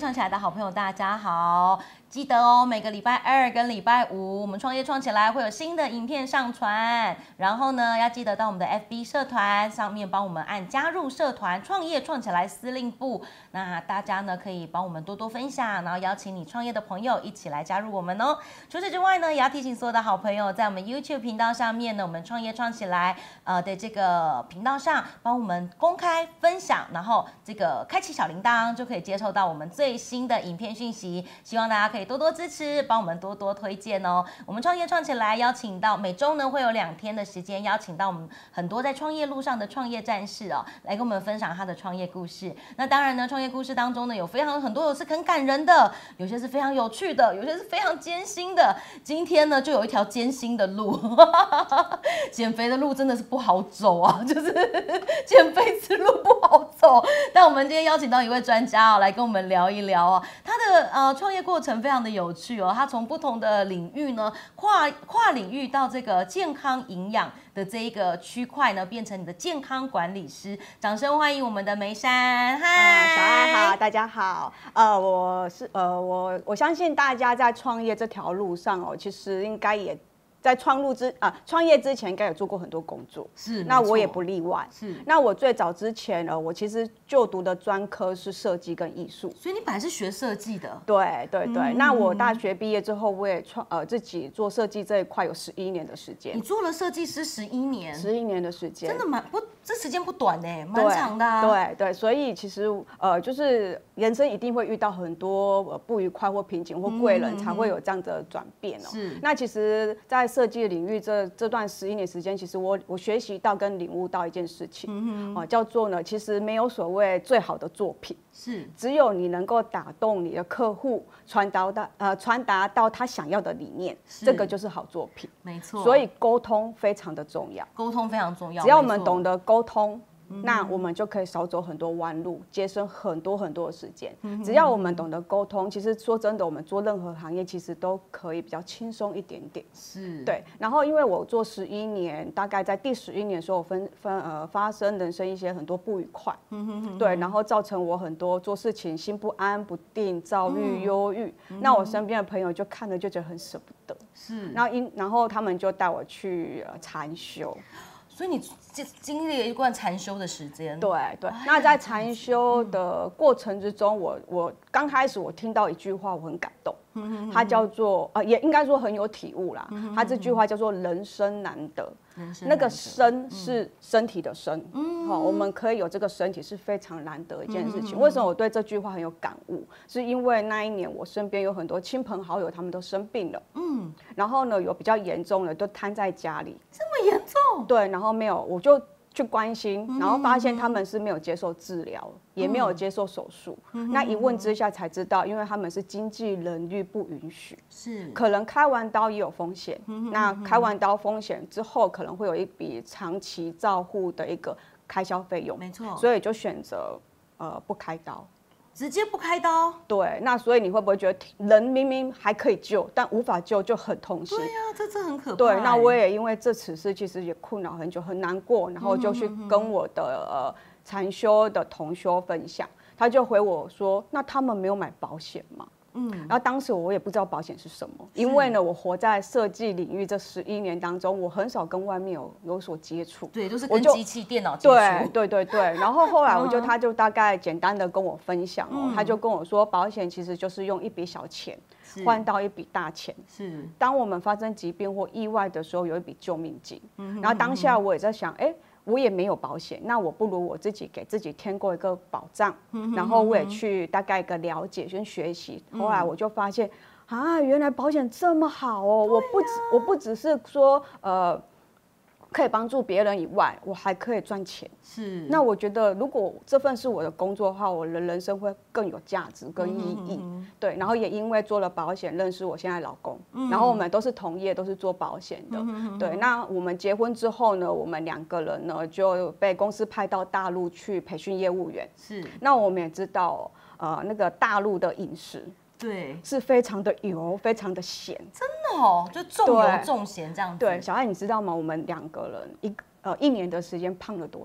创起来的好朋友，大家好！记得哦，每个礼拜2跟礼拜5，我们创业创起来会有新的影片上传。然后呢，要记得到我们的 FB 社团上面帮我们按加入社团，创业创起来司令部。那大家呢可以帮我们多多分享，然后邀请你创业的朋友一起来加入我们哦。除此之外呢，也要提醒所有的好朋友，在我们 YouTube 频道上面呢，我们创业创起来的这个频道上，帮我们公开分享，然后这个开启小铃铛，就可以接收到我们最新的影片讯息。希望大家可以多多支持，帮我们多多推荐哦。我们创业创起来，邀请到每周呢会有2天的时间，邀请到我们很多在创业路上的创业战士哦，来跟我们分享他的创业故事。那当然呢，创业故事当中呢，有很多是很感人的，有些是非常有趣的，有些是非常艰辛的。今天呢，就有一条艰辛的路，减肥的路真的是不好走啊，就是减肥之路不好走。但我们今天邀请到一位专家哦，来跟我们聊一聊哦，他的创业过程非常的有趣哦，他从不同的领域呢，跨领域到这个健康营养的这一个区块呢，变成你的健康管理师。掌声欢迎我们的梅珊，嗨， 小爱好，大家好。我相信大家在创业这条路上哦，其实应该也在创业之前，应该有做过很多工作。 是， 那我也不例外。 是， 那我最早之前呢，我其实就读的专科是设计跟艺术。 所以你本来是学设计的。 对。那我大学毕业之后，我也自己做设计这一块有11年的时间。 你做了设计师11年 ，11年的时间， 真的这时间不短呢，蛮长的啊。 对，所以其实就是人生一定会遇到很多不愉快或瓶颈或贵人，才会有这样的转变哦。 是。 那其实，在设计领域这段11年时间，其实我学习到跟领悟到一件事情，叫做呢，其实没有所谓最好的作品， 是只有你能够打动你的客户，传达到他想要的理念，这个就是好作品。 没错。 所以沟通非常的重要， 沟通非常重要。 只要我们懂得沟通，那我们就可以少走很多弯路，节省很多的时间。只要我们懂得沟通，其实说真的，我们做任何行业其实都可以比较轻松一点点。 是， 对。然后因为我做11年，大概在第11年的时候，发生人生一些很多不愉快，对，然后造成我很多做事情心不安、不定、躁郁、忧郁。那我身边的朋友就看了就觉得很舍不得， 是。 然后他们就带我去禅修。 所以你经历了一段禅修的时间。 对。那在禅修的过程之中，我刚开始我听到一句话，我很感动。它叫做也应该说很有体悟啦。它这句话叫做人生难得。那个生是身体的生。我们可以有这个身体是非常难得的一件事情。为什么我对这句话很有感悟？是因为那一年我身边有很多亲朋好友，他们都生病了。然后呢，有比较严重的都瘫在家里。 这么严重？ 对，然后没有，我就去关心，然后发现他们是没有接受治疗，也没有接受手术。那一问之下才知道，因为他们是经济能力不允许， 是可能开完刀也有风险。那开完刀风险之后，可能会有一笔长期照护的一个开销费用。 没错， 所以就选择不开刀。 直接不开刀。 对，那所以你会不会觉得人明明还可以救，但无法救就很痛心？ 对呀，这很可怕。 对，那我也因为此事其实也困扰很久，很难过，然后就去跟我的禅修的同修分享，他就回我说：“那他们没有买保险吗？”然后当时我也不知道保险是什么，因为呢，我活在设计领域这11年当中，我很少跟外面有所接触， 对，都是跟机器、电脑接触。 对。然后后来他就大概简单的跟我分享他就跟我说，保险其实就是用一笔小钱换到一笔大钱。 是， 当我们发生疾病或意外的时候，有一笔救命金。然后当下我也在想，我也没有保险，那我不如我自己给自己添过一个保障，然后我也去大概一个了解跟学习。后来我就发现原来保险这么好哦！我不只是说可以帮助别人以外，我还可以赚钱。 是。 那我觉得，如果这份是我的工作的话，我的人生会更有价值跟意义。对，然后也因为做了保险，认识我现在老公。然后我们都是同业，都是做保险的。对，那我们结婚之后呢，我们2个人呢就被公司派到大陆去培训业务员。 是。 那我们也知道，那个大陆的饮食。 对， 是非常的油，非常的咸， 真的哦，就重油重咸这样子。 对，小爱你知道吗？我们2个人1年的时间胖了多少？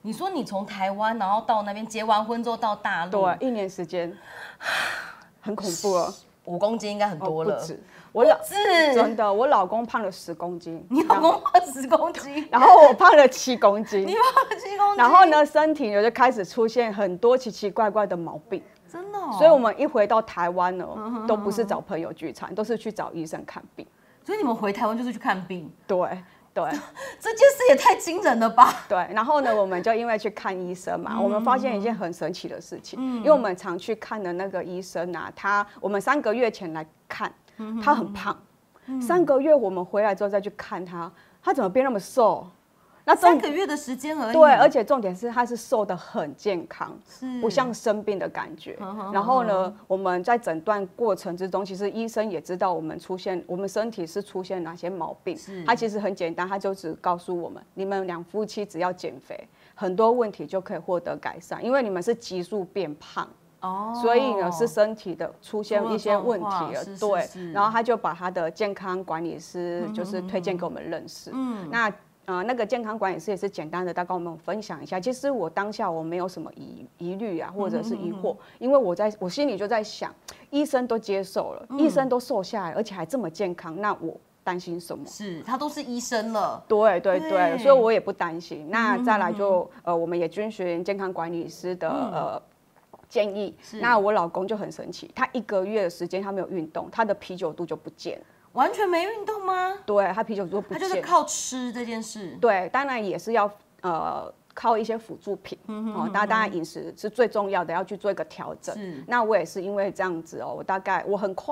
你说你从台湾，然后到那边结完婚之后到大陆， 对，1年时间，很恐怖了。 5公斤应该很多了， 不止，真的，我老公胖了10公斤， 你老公胖10公斤， 然后我胖了7公斤， 你胖了7公斤， 然后呢，身体就开始出现很多奇奇怪怪的毛病， 真的、哦， 所以我们一回到台湾呢，都不是找朋友聚餐，都是去找医生看病。 所以你们回台湾就是去看病， 对， 这件事也太惊人了吧？ 对，然后呢，我们就因为去看医生嘛，我们发现一件很神奇的事情，因为我们常去看的那个医生啊，我们3个月前来看，他很胖，3个月我们回来之后再去看他怎么变那么瘦？ 那3个月的时间而已。 对，而且重点是他是瘦得很健康， 是不像生病的感觉。然后呢，我们在诊断过程之中，其实医生也知道我们身体是出现哪些毛病。他其实很简单，他就只告诉我们，你们2夫妻只要减肥，很多问题就可以获得改善，因为你们是急速变胖。所以呢，是身体的出现一些问题了，对。然后他就把他的健康管理师就是推荐给我们认识。那个健康管理师也是简单的，大概跟我们分享一下。其实我当下我没有什么疑虑啊，或者是疑惑，因为我心里就在想，医生都接受了，医生都瘦下来，而且还这么健康，那我担心什么？ 是他都是医生了， 对，所以我也不担心。那再来就我们也遵循健康管理师的建议。那我老公就很神奇，他1个月的时间他没有运动，他的啤酒肚就不见了。 完全没运动吗？ 对，他啤酒肚不见， 他就是靠吃这件事。 对，当然也是要靠一些辅助品当然饮食是最重要的，要去做一个调整。那我也是因为这样子我大概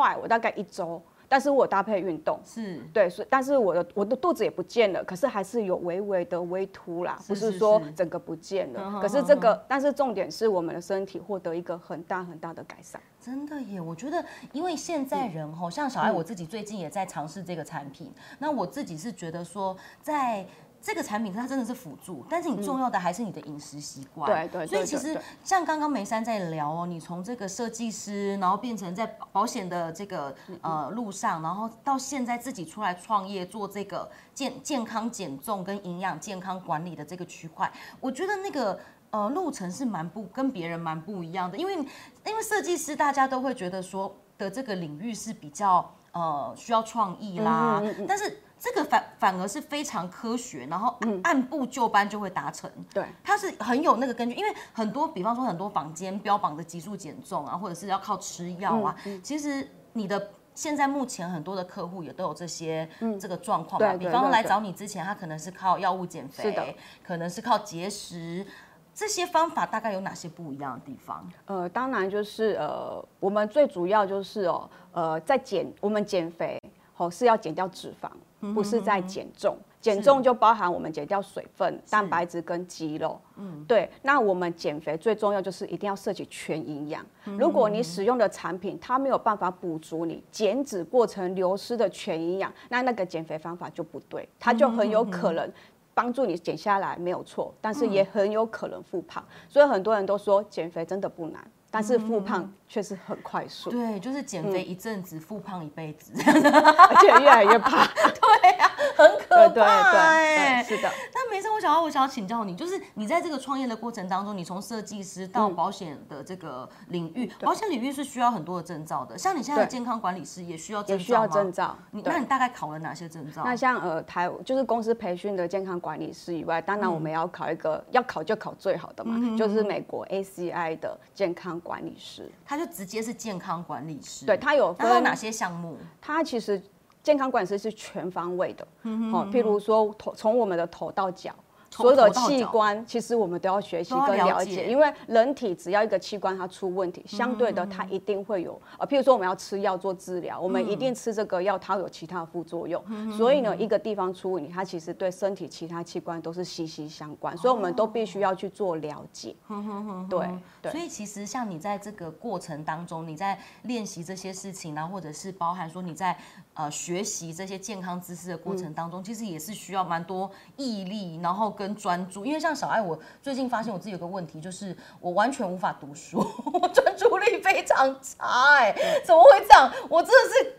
1周。但是我搭配运动，对，但是我的肚子也不见了，可是还是有微微的微凸啦，不是说整个不见了。可是但是重点是我们的身体获得一个很大很大的改善。 真的耶，我觉得因为现在人像小爱我自己最近也在尝试这个产品，那我自己是觉得说在这个产品它真的是辅助，但是你重要的还是你的饮食习惯。 对， 所以其实像刚刚梅珊在聊你从这个设计师，然后变成在保险的这个路上，然后到现在自己出来创业做这个健康减重跟营养健康管理的这个区块，我觉得那个路程是跟别人蛮不一样的，因为设计师大家都会觉得说的这个领域是比较需要创意啦，但是这个反而是非常科学，然后按部就班就会达成。 对， 它是很有那个根据，因为比方说很多坊间标榜的急速减重啊，或者是要靠吃药啊，其实现在目前很多的客户也都有这个状况嘛。比方说来找你之前，他可能是靠药物减肥，可能是靠节食。这些方法大概有哪些不一样的地方？ 当然就是我们最主要就是我们减肥是要减掉脂肪。不是在减重，减重就包含我们减掉水分、蛋白质跟肌肉。对。那我们减肥最重要就是一定要摄取全营养。如果你使用的产品它没有办法补足你减脂过程流失的全营养，那个减肥方法就不对，它就很有可能帮助你减下来没有错，但是也很有可能复胖。所以很多人都说减肥真的不难。但是复胖却是很快速， 对，就是减肥一阵子，复胖一辈子， 而且越来越胖， 对呀，很可怕， 对，是的。 那梅珊，我想要请教你，就是你在这个创业的过程当中，你从设计师到保险的这个领域，保险领域是需要很多的证照的，像你现在的健康管理师也需要证照吗？ 也需要证照。 那你大概考了哪些证照？ 那像就是公司培训的健康管理师以外，当然我们要考一个，要考就考最好的嘛，就是美国 ACI 的健康管理师， 他就直接是健康管理师。 对，他有分哪些项目？ 他其实健康管理师是全方位的，譬如说从我们的头到脚。所有的器官，其实我们都要学习跟了解，因为人体只要一个器官它出问题，相对的它一定会有譬如说我们要吃药做治疗，我们一定吃这个药，它有其他的副作用，所以呢，一个地方出问题，它其实对身体其他器官都是息息相关，所以我们都必须要去做了解。对， 所以其实像你在这个过程当中，你在练习这些事情，然后或者是包含说你在学习这些健康知识的过程当中，其实也是需要蛮多毅力，然后跟专注。因为像小爱，我最近发现我自己有个问题，就是我完全无法读书，我专注力非常差，怎么会这样？我真的是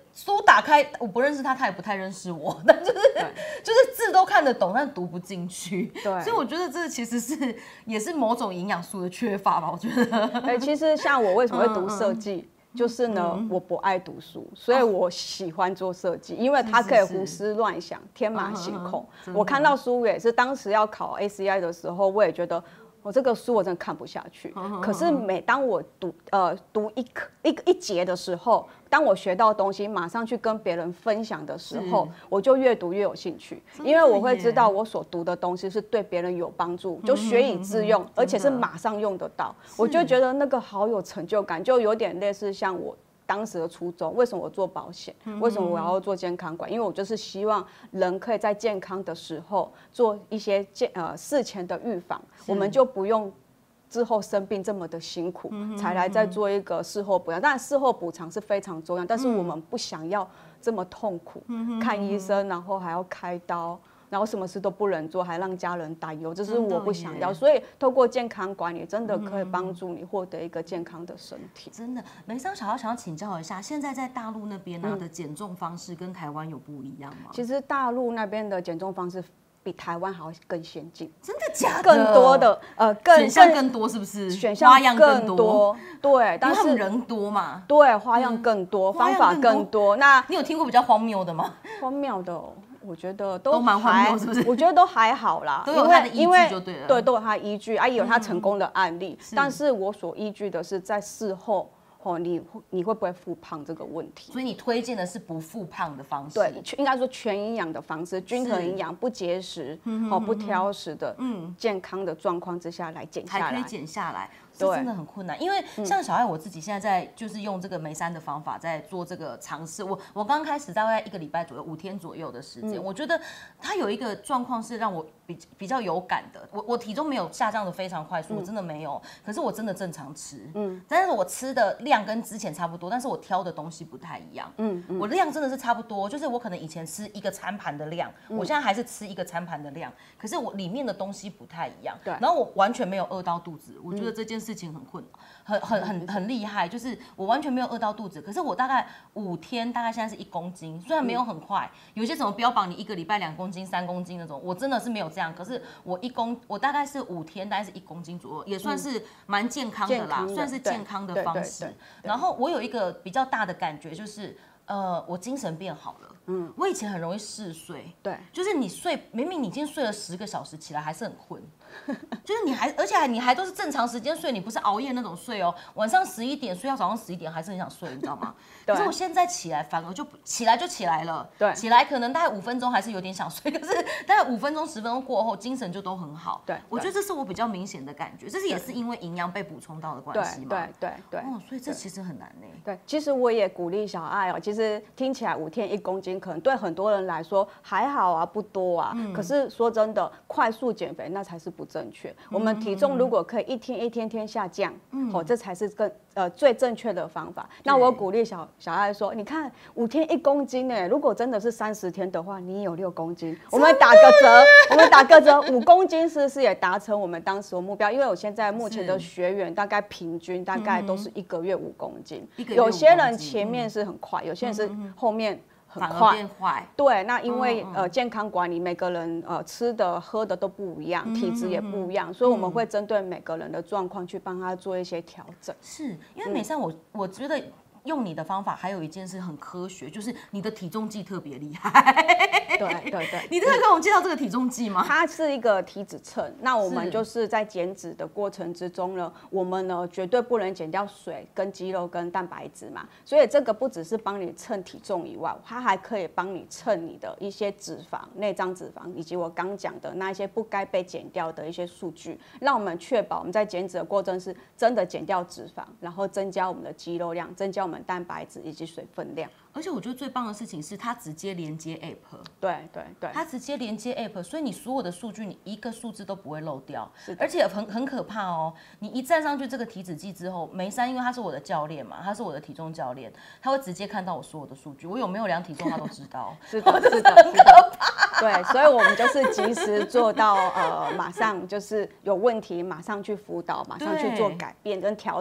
书打开，我不认识他，他也不太认识我，但就是字都看得懂，但读不进去。 对， 所以我觉得这其实也是某种营养素的缺乏吧，我觉得。 其实像我为什么会读设计？就是呢，我不爱读书，所以我喜欢做设计，因为它可以胡思乱想、天马行空。我看到书也是，当时要考 ACI 的时候，我也觉得我这个书我真的看不下去。可是每当我读一节的时候，当我学到东西，马上去跟别人分享的时候，我就越读越有兴趣，因为我会知道我所读的东西是对别人有帮助，就学以致用，而且是马上用得到，我就觉得那个好有成就感，就有点类似像我当时的初衷。为什么我做保险？为什么我要做健康管？因为我就是希望人可以在健康的时候做一些事前的预防，我们就不用之后生病这么的辛苦，才来再做一个事后补偿。当然事后补偿是非常重要，但是我们不想要这么痛苦，看医生，然后还要开刀，然后什么事都不能做，还让家人担忧，这是我不想要。所以透过健康管理，真的可以帮助你获得一个健康的身体。 真的，梅桑想要请教一下，现在在大陆那边的减重方式跟台湾有不一样吗？ 其实大陆那边的减重方式比台湾还要更先进。 真的假的？ 更多的选项更多，是不是？ 选项花样更多， 对， 但是人多嘛， 对，花样更多，方法更多。那你有听过比较荒谬的吗？ 荒谬的我觉得都蛮荒谬，是不是？ 我觉得都还好啦， 都有它的依据就对了。 对，都有它的依据，也有它成功的案例。但是我所依据的是在事后。你会不会复胖这个问题？ 所以你推荐的是不复胖的方式， 对，应该说全营养的方式，均衡营养，不节食，不挑食的，健康的状况之下来减下来， 才可以减下来。这真的很困难，因为像小爱我自己现在在就是用这个梅山的方法在做这个尝试。我刚开始大概1个礼拜左右，5天左右的时间，我觉得它有一个状况是让我比较有感的。我体重没有下降的非常快速，我真的没有。可是我真的正常吃，但是我吃的量跟之前差不多，但是我挑的东西不太一样。我量真的是差不多，就是我可能以前吃1个餐盘的量，我现在还是吃1个餐盘的量，可是我里面的东西不太一样。然后我完全没有饿到肚子，我觉得这件事情很困难，很厉害，就是我完全没有饿到肚子。可是我大概5天，大概现在是1公斤，虽然没有很快，有些什么标榜你1个礼拜2公斤、3公斤那种，我真的是没有这样。可是我大概是5天，大概是1公斤左右，也算是蛮健康的啦，算是健康的方式。然后我有一个比较大的感觉就是，我精神变好了。我以前很容易嗜睡， 对， 就是你明明你已经睡了10个小时，起来还是很困。就是而且你还都是正常时间睡，你不是熬夜那种睡哦。晚上11点睡到早上11点，还是很想睡，你知道吗？可是我现在起来反而就起来了，对，起来可能大概5分钟还是有点想睡，可是大概5分钟10分钟过后，精神就都很好。对，我觉得这是我比较明显的感觉，这是也是因为营养被补充到的关系嘛。对。哦，所以这其实很难呢。 对，其实我也鼓励小爱哦。其实听起来5天1公斤，可能对很多人来说还好啊，不多啊。可是说真的，快速减肥那才是不正确。我们体重如果可以一天下降，这才是最正确的方法。那我鼓励小爱说，你看5天1公斤呢，如果真的是30天的话，你有6公斤，我们打个折，5公斤是不是也达成我们当时的目标？因为我现在目前的学员大概平均大概都是1个月5公斤，有些人前面是很快，有些人是后面很快，对，那因为健康管理，每个人吃的喝的都不一样，体质也不一样，所以我们会针对每个人的状况去帮他做一些调整。 是因为美善，我觉得用你的方法还有一件事很科学，就是你的体重计特别厉害。 对， 你可以跟我介绍这个体重计吗？ 它是一个体脂秤，那我们就是在减脂的过程之中呢，我们呢绝对不能减掉水、跟肌肉、跟蛋白质嘛，所以这个不只是帮你称体重以外，它还可以帮你称你的一些脂肪、内脏脂肪，以及我刚讲的那一些不该被减掉的一些数据，让我们确保我们在减脂的过程是真的减掉脂肪，然后增加我们的肌肉量，增加我们蛋白质以及水分量。 而且我觉得最棒的事情是它直接连接 App， 对， 它直接连接 App， 所以你所有的数据你一个数字都不会漏掉，而且很可怕哦。你一站上去这个体脂计之后，梅山因为他是我的教练嘛，他是我的体重教练，他会直接看到我所有的数据，我有没有量体重他都知道。 是的， 很可怕。 对，所以我们就是及时做到马上就是有问题马上去辅导，马上去做改变跟调整。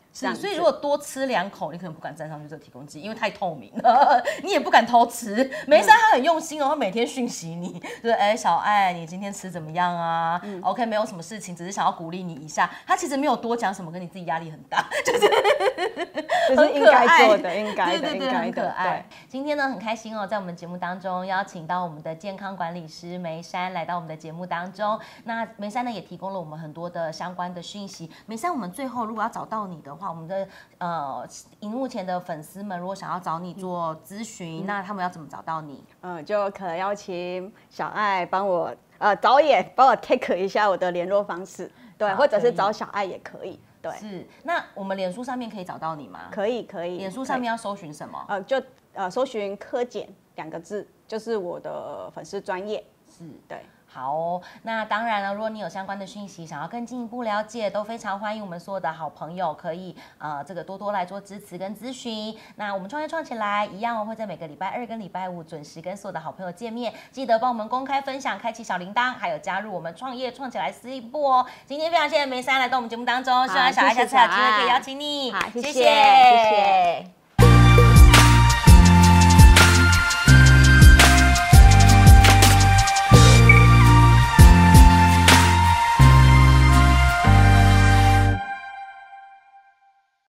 是，所以如果多吃2口，你可能不敢站上去这个体重机，因为太透明了，你也不敢偷吃。梅珊她很用心哦，她每天讯息你，就是小爱，你今天吃怎么样啊？OK， 没有什么事情，只是想要鼓励你一下。她其实没有多讲什么，跟你自己压力很大，就是应该做的，应该的， 对，很可爱。 对， 今天呢很开心哦，在我们节目当中邀请到我们的健康管理师梅珊来到我们的节目当中。那梅珊呢也提供了我们很多的相关的讯息。梅珊，我们最后如果要找到你的话，我们的荧幕前的粉丝们如果想要找你做咨询，那他们要怎么找到你？ 就可邀请小爱帮我导演帮我 take 一下我的联络方式，对，或者是找小爱也可以。对， 是。那我们脸书上面可以找到你吗？ 可以。 脸书上面要搜寻什么？ 就搜寻科检2个字，就是我的粉丝专页。 是， 对。 好哦，那当然了，如果你有相关的讯息想要更进一步了解，都非常欢迎我们所有的好朋友可以这个多多来做支持跟咨询。那我们创业创起来一样会在每个礼拜2跟礼拜5准时跟所有的好朋友见面，记得帮我们公开分享、开启小铃铛，还有加入我们创业创起来私一步哦。今天非常谢谢梅珊来到我们节目当中，希望小爱下次有机会可以邀请你。 好，谢谢。